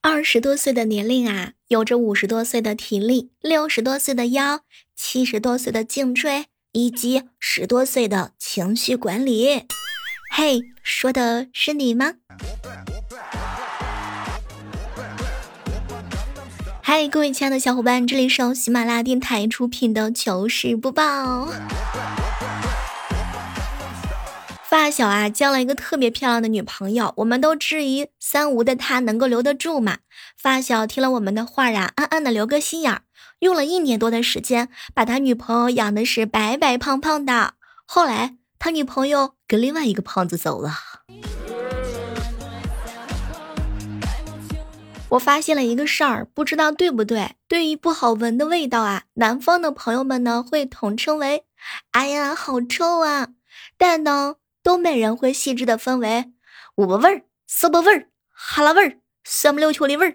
20多岁的年龄啊，有着50多岁的体力，60多岁的腰，70多岁的颈椎，以及10多岁的情绪管理。嘿，说的是你吗？嗨，各位亲爱的小伙伴，这里是由喜马拉雅电台出品的糗事播报。发小啊，交了一个特别漂亮的女朋友，我们都质疑3无的他能够留得住吗？发小听了我们的话啊，暗暗的留个心眼儿，用了1年多的时间，把他女朋友养的是白白胖胖的。后来他女朋友跟另外一个胖子走了。我发现了一个事儿，不知道对不对，对于不好闻的味道啊，南方的朋友们呢会统称为哎呀好臭啊，但呢东北人会细致的分为五个味儿、四个味儿、哈喇味儿、酸不溜秋的味儿。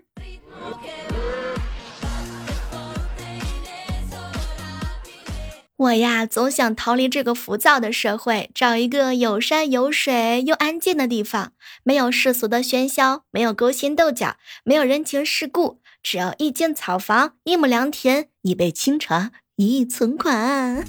我呀总想逃离这个浮躁的社会，找一个有山有水又安静的地方，没有世俗的喧嚣，没有勾心斗角，没有人情世故，只有一间草房，一亩良田，一杯清茶，1亿存款。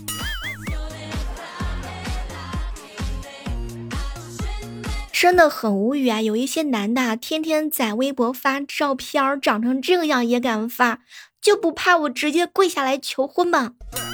真的很无语啊！有一些男的天天在微博发照片，长成这样也敢发，就不怕我直接跪下来求婚吗？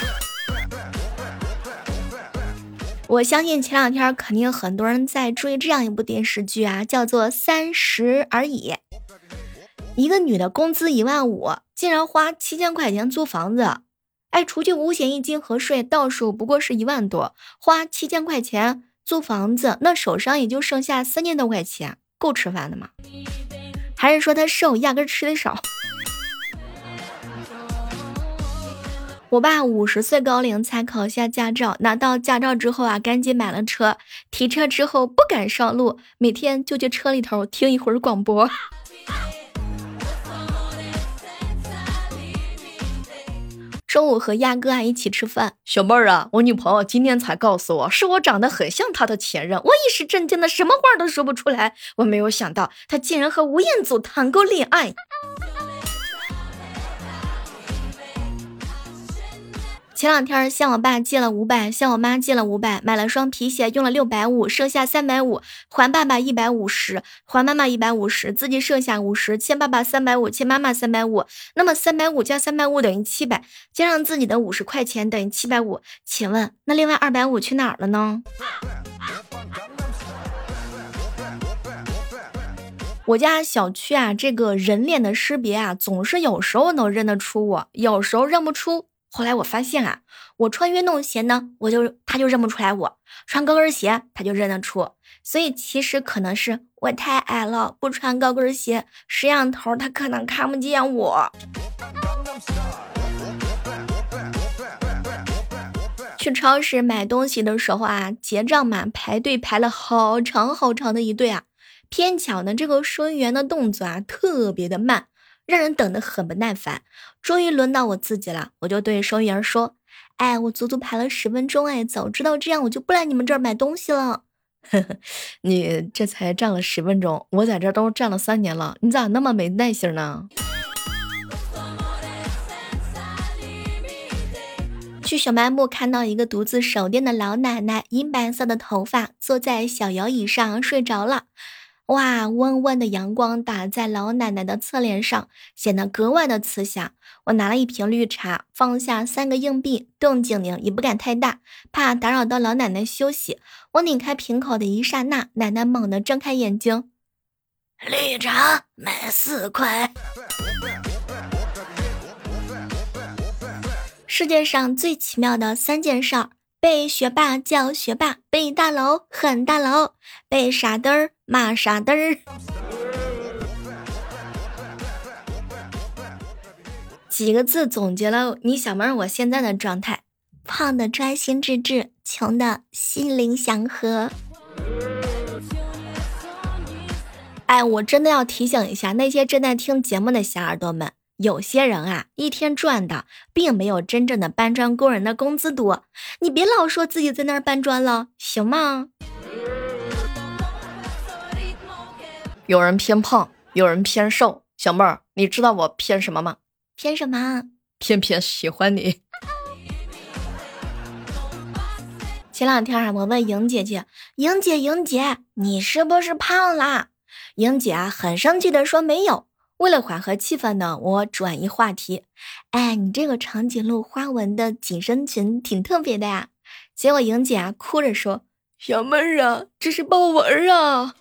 我相信前2天肯定很多人在追这样一部电视剧啊，叫做《30而已》。一个女的工资15000，竟然花7000块钱租房子。哎，除去五险一金和税，到手不过是1万多，花7000块钱租房子，那手上也就剩下3000多块钱，够吃饭的吗？还是说她瘦，压根吃的少？我爸50岁高龄才考下驾照，拿到驾照之后啊，赶紧买了车。提车之后不敢上路，每天就去车里头听一会儿广播。中午和鸭哥啊一起吃饭，小妹儿啊，我女朋友今天才告诉我，是我长得很像她的前任。我一时震惊的什么话都说不出来，我没有想到她竟然和吴彦祖谈过恋爱。前2天向我爸借了500，向我妈借了500，买了双皮鞋用了650，剩下350，还爸爸150，还妈妈150，自己剩下50，欠爸爸350，欠妈妈350，那么350加350等于700，加上自己的50块钱等于750，请问那另外250去哪儿了呢？我家小区啊，这个人脸的识别啊，总是有时候能认得出我，有时候认不出。后来我发现啊，我穿运动鞋呢，他就认不出来我；穿高跟鞋他就认得出。所以其实可能是我太矮了，不穿高跟鞋，摄像头他可能看不见我。去超市买东西的时候啊，结账嘛，排队排了好长好长的一队啊。偏巧呢，这个收银员的动作啊特别的慢，让人等得很不耐烦。终于轮到我自己了，我就对收银员说：哎，我足足排了10分钟，哎，早知道这样我就不来你们这儿买东西了。呵呵，你这才站了10分钟，我在这儿都站了3年了，你咋那么没耐心呢？去小卖部看到一个独自守店的老奶奶，银白色的头发，坐在小摇椅上睡着了。哇，温温的阳光打在老奶奶的侧脸上，显得格外的慈祥。我拿了一瓶绿茶，放下3个硬币，动静呢也不敢太大，怕打扰到老奶奶休息。我拧开瓶口的一刹那，奶奶猛地睁开眼睛。绿茶卖4块。世界上最奇妙的3件事儿：被学霸叫学霸，被大楼很大楼，被傻嘚儿骂傻嘚儿。几个字总结了你小妹儿我现在的状态：胖的专心致志，穷的心灵祥和。哎，我真的要提醒一下那些正在听节目的小耳朵们，有些人啊，一天赚的并没有真正的搬砖工人的工资多，你别老说自己在那儿搬砖了，行吗？有人偏胖，有人偏瘦， 小妹儿，你知道我偏什么吗？ 偏什么？ 偏喜欢你。 前两天啊，我问莹姐姐，莹姐，你是不是胖啦？莹姐啊，很生气的说没有。为了缓和气氛呢，我转移话题。哎，你这个长颈鹿花纹的紧身裙挺特别的呀。结果莹姐啊，哭着说，小妹儿啊，这是豹纹啊。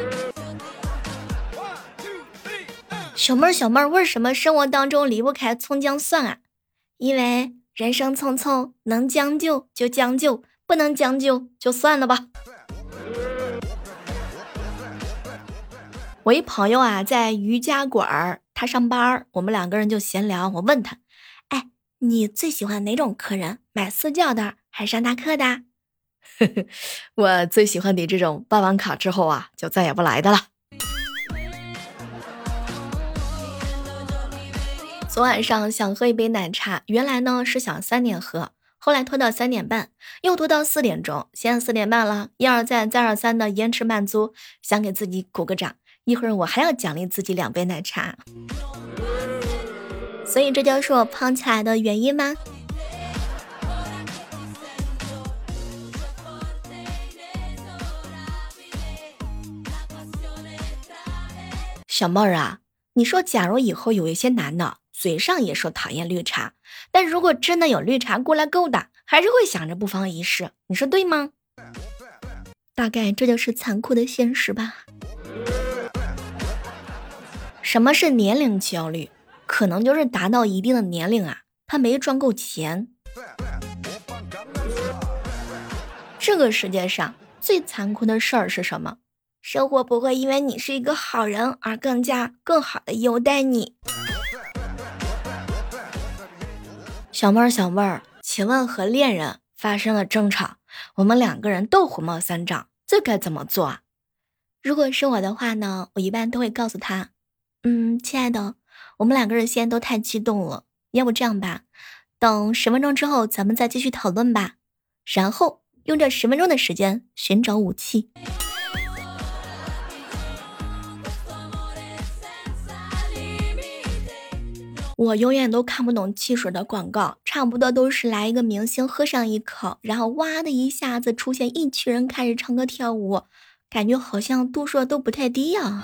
小妹儿，为什么生活当中离不开葱姜蒜啊？因为人生匆匆，能将就就将就，不能将就就算了吧。我一朋友啊，在瑜伽馆他上班，我们两个人就闲聊。我问他，哎，你最喜欢哪种客人？买私教的还是上大课的？ 我最喜欢你这种办完卡之后啊，就再也不来的了。 昨晚上想喝一杯奶茶，原来呢是想3点喝，后来拖到3点半，又拖到4点钟，现在4点半了，一而再再而三的延迟满足，想给自己鼓个掌，一会儿我还要奖励自己2杯奶茶，所以这就是我胖起来的原因吗？小妹儿啊，你说假如以后有一些男的嘴上也说讨厌绿茶，但如果真的有绿茶过来勾搭，还是会想着不妨一试，你说对吗？大概这就是残酷的现实吧。什么是年龄焦虑？可能就是达到一定的年龄啊，他没赚够钱。这个世界上最残酷的事儿是什么？生活不会因为你是一个好人而更好的优待你。小妹儿，请问和恋人发生了争吵，我们2个人都火冒三丈，这该怎么做啊？如果是我的话呢，我一般都会告诉他，亲爱的，我们2个人现在都太激动了，要不这样吧，等10分钟之后咱们再继续讨论吧，然后用这10分钟的时间寻找武器。我永远都看不懂汽水的广告，差不多都是来一个明星喝上一口，然后哇的一下子出现一群人开始唱歌跳舞，感觉好像度数都不太低啊。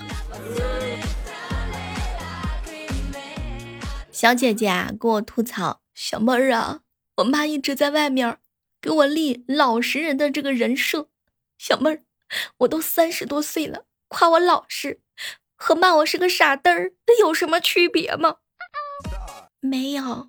小姐姐啊，给我吐槽，小妹儿啊，我妈一直在外面给我立老实人的这个人设。小妹儿，我都30多岁了，夸我老实和骂我是个傻嘚儿，那有什么区别吗？没有。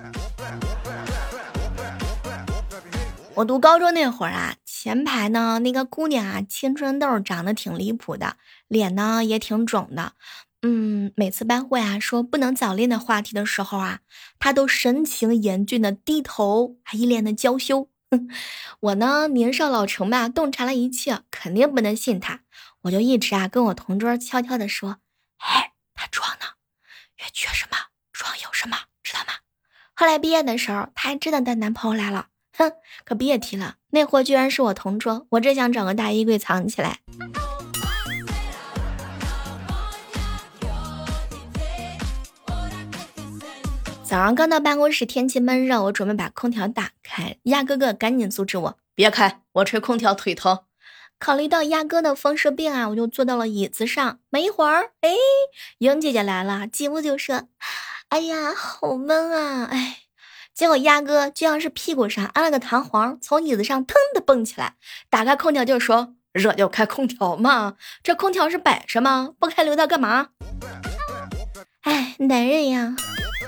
我读高中那会儿啊，前排呢那个姑娘啊，青春痘长得挺离谱的，脸呢也挺肿的。每次班会啊说不能早恋的话题的时候啊，她都神情严峻的低头，还一脸的娇羞。我呢年少老成吧，洞察了一切，肯定不能信她。我就一直啊跟我同桌悄悄的说，哎，她装呢，越缺什么装有什么，知道吗？后来毕业的时候，她还真的带男朋友来了。哼，可别提了，那货居然是我同桌，我真想找个大衣柜藏起来。早上刚到办公室，天气闷热，我准备把空调打开，鸭哥哥赶紧阻止我， 别开，我吹空调腿疼。 考虑到鸭哥的风湿病啊，我就坐到了椅子上。没一会儿，哎，莹姐姐来了，进屋就说，哎呀，好闷啊，哎。结果鸭哥就像是屁股上安了个弹簧，从椅子上腾的蹦起来，打开空调就说， 热就开空调嘛，这空调是摆设吗？不开留它干嘛？ 哎，男人呀。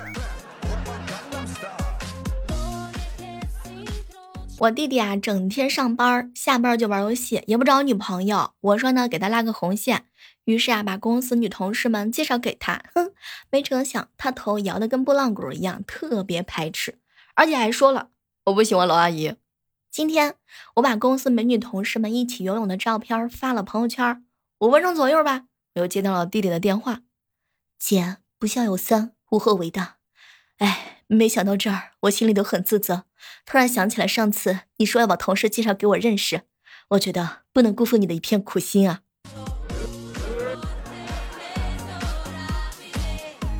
我弟弟啊，整天上班，下班就玩游戏，也不找女朋友。我说呢，给他拉个红线。于是啊，把公司女同事们介绍给他。没成想他头摇得跟拨浪鼓一样，特别排斥，而且还说了， 我不喜欢老阿姨。 今天我把公司美女同事们一起游泳的照片发了朋友圈，5分钟左右吧，我又接到了弟弟的电话。姐，不孝有三，无后为大。哎，没想到这儿，我心里都很自责。突然想起来上次你说要把同事介绍给我认识，我觉得不能辜负你的一片苦心啊。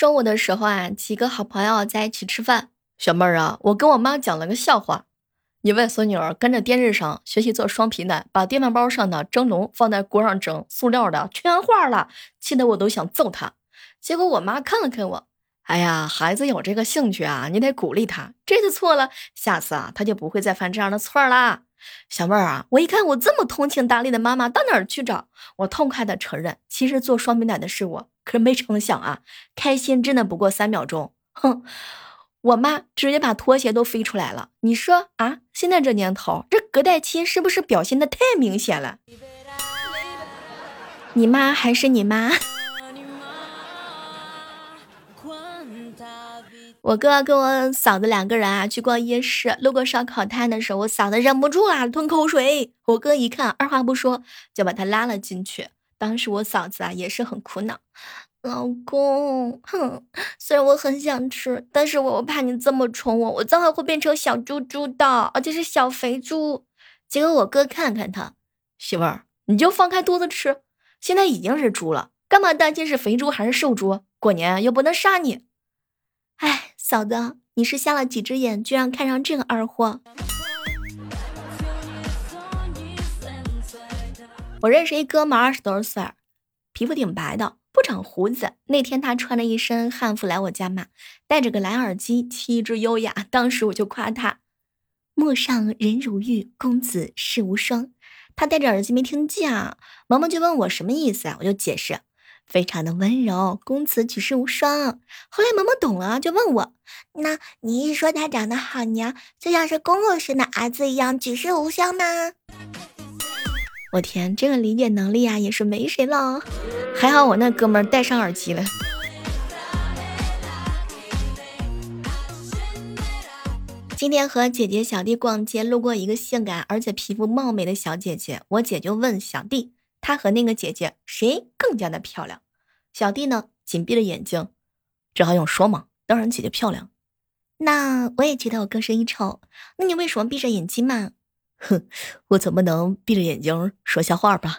中午的时候啊，几个好朋友在一起吃饭。 小妹儿啊，我跟我妈讲了个笑话。一位孙女儿跟着电视上学习做双皮奶，把电饭煲上的蒸笼放在锅上蒸，塑料的全化了，气得我都想揍她。结果我妈看了看我，哎呀，孩子有这个兴趣啊，你得鼓励他。这次错了，下次啊，他就不会再犯这样的错啦。小妹儿啊，我一看我这么通情达理的妈妈，到哪儿去找？我痛快的承认，其实做双皮奶的是我，可是没成想啊，开心真的不过3秒钟。哼，我妈直接把拖鞋都飞出来了。你说啊，现在这年头，这隔代亲是不是表现的太明显了？ 你妈还是你妈？我哥跟我嫂子2个人啊去逛夜市，路过烧烤摊的时候，我嫂子忍不住啊吞口水。我哥一看，二话不说就把他拉了进去。当时我嫂子啊也是很苦恼，老公，哼，虽然我很想吃，但是我怕你这么宠我，我早晚会变成小猪猪的，而且是小肥猪。结果我哥看了看他， 媳妇儿，你就放开肚子吃，现在已经是猪了，干嘛担心是肥猪还是瘦猪？过年又不能杀你。 哎，嫂子，你是瞎了几只眼，居然看上这个二货？我认识一哥们，20多岁，皮肤挺白的，不长胡子。那天他穿了一身汉服来我家嘛，戴着个蓝耳机，气质优雅。当时我就夸他：陌上人如玉，公子世无双。他戴着耳机没听见啊，萌萌就问我什么意思啊，我就解释。非常的温柔，公子举世无双。后来萌萌懂了，就问我：那你是说他长得好娘，就像是公公生的儿子一样举世无双吗？我天，这个理解能力啊也是没谁了。 还好我那哥们儿戴上耳机了。 今天和姐姐小弟逛街，路过一个性感而且皮肤貌美的小姐姐，我姐就问小弟，她和那个姐姐谁更加的漂亮？小弟呢紧闭着眼睛， 这还用说吗？当然姐姐漂亮。 那我也觉得我更胜一筹。那你为什么闭着眼睛嘛？ 哼，我总不能闭着眼睛说瞎话吧？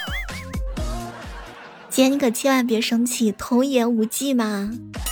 姐，你可千万别生气，童言无忌嘛。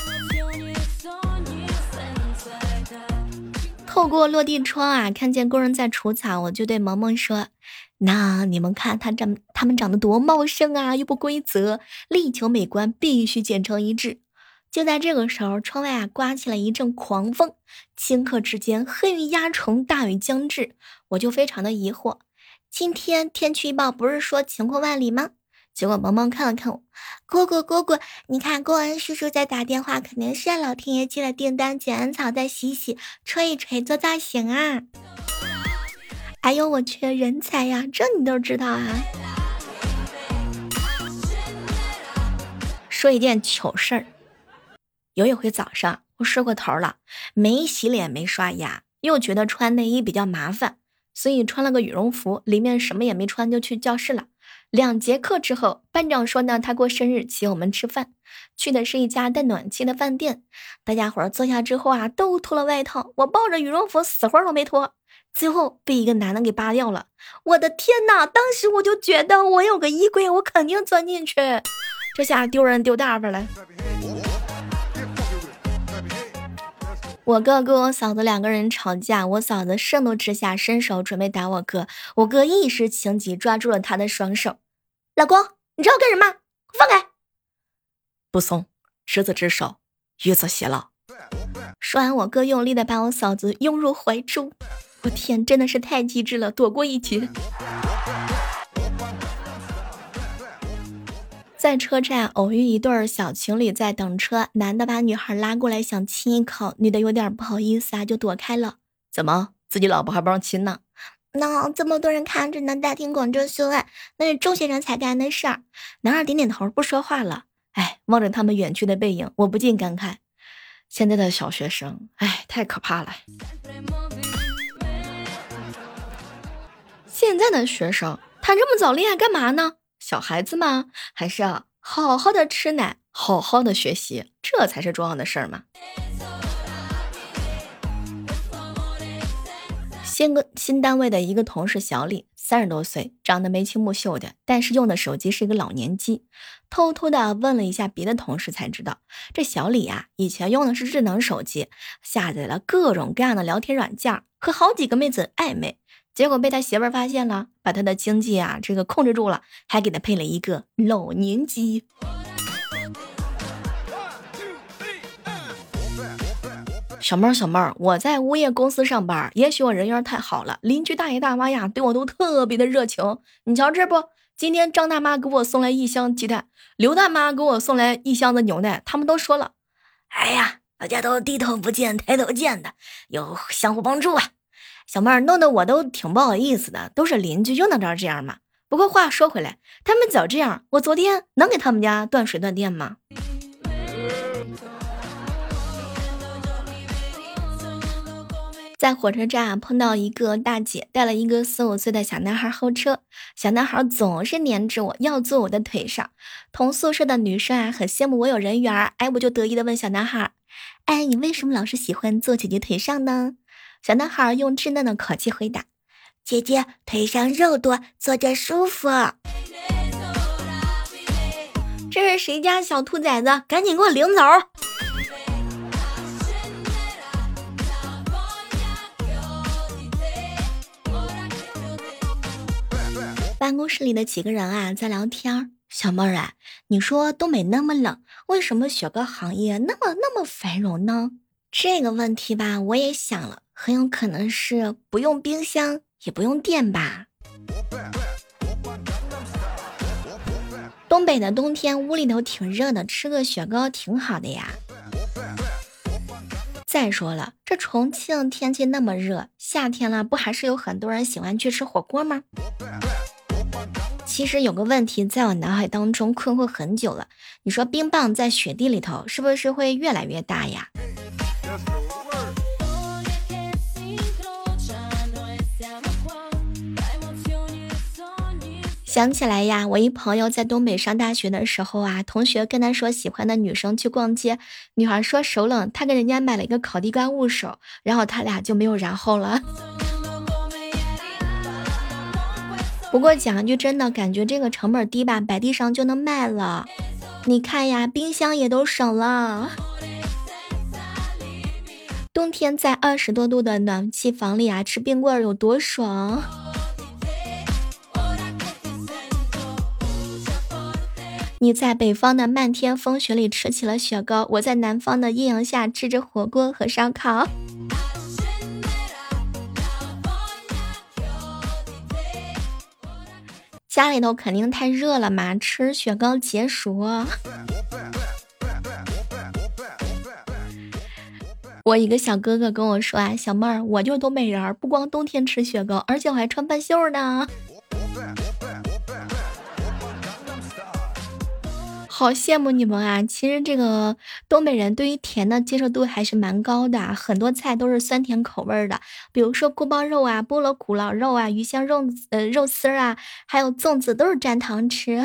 透过落地窗啊，看见工人在除草，我就对萌萌说：那你们看他们长得多茂盛啊，又不规则，力求美观必须剪成一致。就在这个时候，窗外啊刮起了一阵狂风，顷刻之间黑云压城，大雨将至。我就非常的疑惑，今天天气预报不是说晴空万里吗？结果萌萌看了看我，姑姑，你看工人叔叔在打电话，肯定是让老天爷寄了订单，剪完草再洗洗，吹一吹做造型啊。哎呦我去，人才呀，这你都知道啊。说一件糗事儿，有一回早上我睡过头了，没洗脸没刷牙，又觉得穿内衣比较麻烦，所以穿了个羽绒服，里面什么也没穿就去教室了。2节课之后，班长说呢，他过生日请我们吃饭，去的是一家带暖气的饭店。大家伙儿坐下之后啊，都脱了外套，我抱着羽绒服死活都没脱，最后被一个男的给扒掉了。我的天哪！当时我就觉得我有个衣柜，我肯定钻进去，这下丢人丢大发了。我哥跟我嫂子2个人吵架，我嫂子盛怒之下伸手准备打我哥，我哥一时情急抓住了他的双手。老公，你知道干什么？放开！ 不松，执子之手，与子偕老。 说完，我哥用力的把我嫂子拥入怀中。我天，真的是太机智了，躲过一劫。在车站偶遇一对小情侣在等车，男的把女孩拉过来想亲一口，女的有点不好意思啊，就躲开了。 怎么，自己老婆还不让亲呢？ 那这么多人看着呢，大庭广众秀恩，那是周先生才干的事儿。男二点点头不说话了。哎，望着他们远去的背影，我不禁感慨， 现在的小学生，哎，太可怕了。现在的学生谈这么早恋爱干嘛呢？小孩子吗？还是要好好的吃奶，好好的学习，这才是重要的事儿嘛。 新单位的一个同事小李 30多岁，长得眉清目秀的，但是用的手机是一个老年机。偷偷的问了一下别的同事才知道，这小李啊，以前用的是智能手机，下载了各种各样的聊天软件，和好几个妹子暧昧，结果被他媳妇儿发现了，把他的经济啊控制住了，还给他配了一个老年机。小妹儿，我在物业公司上班，也许我人缘太好了，邻居大爷大妈呀对我都特别的热情。你瞧这不，今天张大妈给我送来1箱鸡蛋，刘大妈给我送来1箱子牛奶，他们都说了，哎呀，大家都低头不见抬头见的，有相互帮助啊。小妹儿弄得我都挺不好意思的，都是邻居，用得着这样吗？不过话说回来，他们早这样，我昨天能给他们家断水断电吗？在火车站碰到一个大姐带了一个4、5岁的小男孩候车，小男孩总是黏着我要坐我的腿上。同宿舍的女生啊很羡慕我有人缘，我就得意的问小男孩，你为什么老是喜欢坐姐姐腿上呢？小男孩用稚嫩的口气回答，姐姐腿上肉多，坐着舒服。这是谁家小兔崽子，赶紧给我领走。办公室里的几个人啊在聊天，小妹儿啊，你说东北那么冷，为什么雪糕行业那么繁荣呢？这个问题吧，我也想了，很有可能是不用冰箱也不用电吧。东北的冬天屋里头挺热的，吃个雪糕挺好的呀。再说了，这重庆天气那么热，夏天了不还是有很多人喜欢去吃火锅吗？其实有个问题在我脑海当中困惑很久了，你说冰棒在雪地里头是不是会越来越大呀？想起来呀，我一朋友在东北上大学的时候啊，同学跟他说喜欢的女生去逛街，女孩说手冷，他给人家买了一个烤地瓜捂手，然后他俩就没有然后了。不过讲一句真的，感觉这个成本低吧，摆地上就能卖了。你看呀，冰箱也都省了。冬天在20多度的暖气房里啊，吃冰棍有多爽。你在北方的漫天风雪里吃起了雪糕，我在南方的艳阳下吃着火锅和烧烤。家里头肯定太热了嘛，吃雪糕解暑。我一个小哥哥跟我说啊，小妹儿，我就是东北人，不光冬天吃雪糕，而且我还穿半袖呢。好羡慕你们啊！其实这个东北人对于甜的接受度还是蛮高的，很多菜都是酸甜口味的，比如说锅包肉啊、菠萝古老肉啊、鱼香肉丝啊，还有粽子都是蘸糖吃。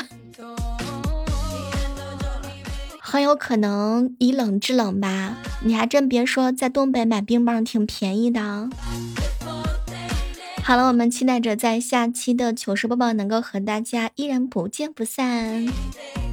很有可能以冷制冷吧，你还真别说，在东北买冰棒挺便宜的。好了，我们期待着在下期的糗事播报能够和大家依然不见不散。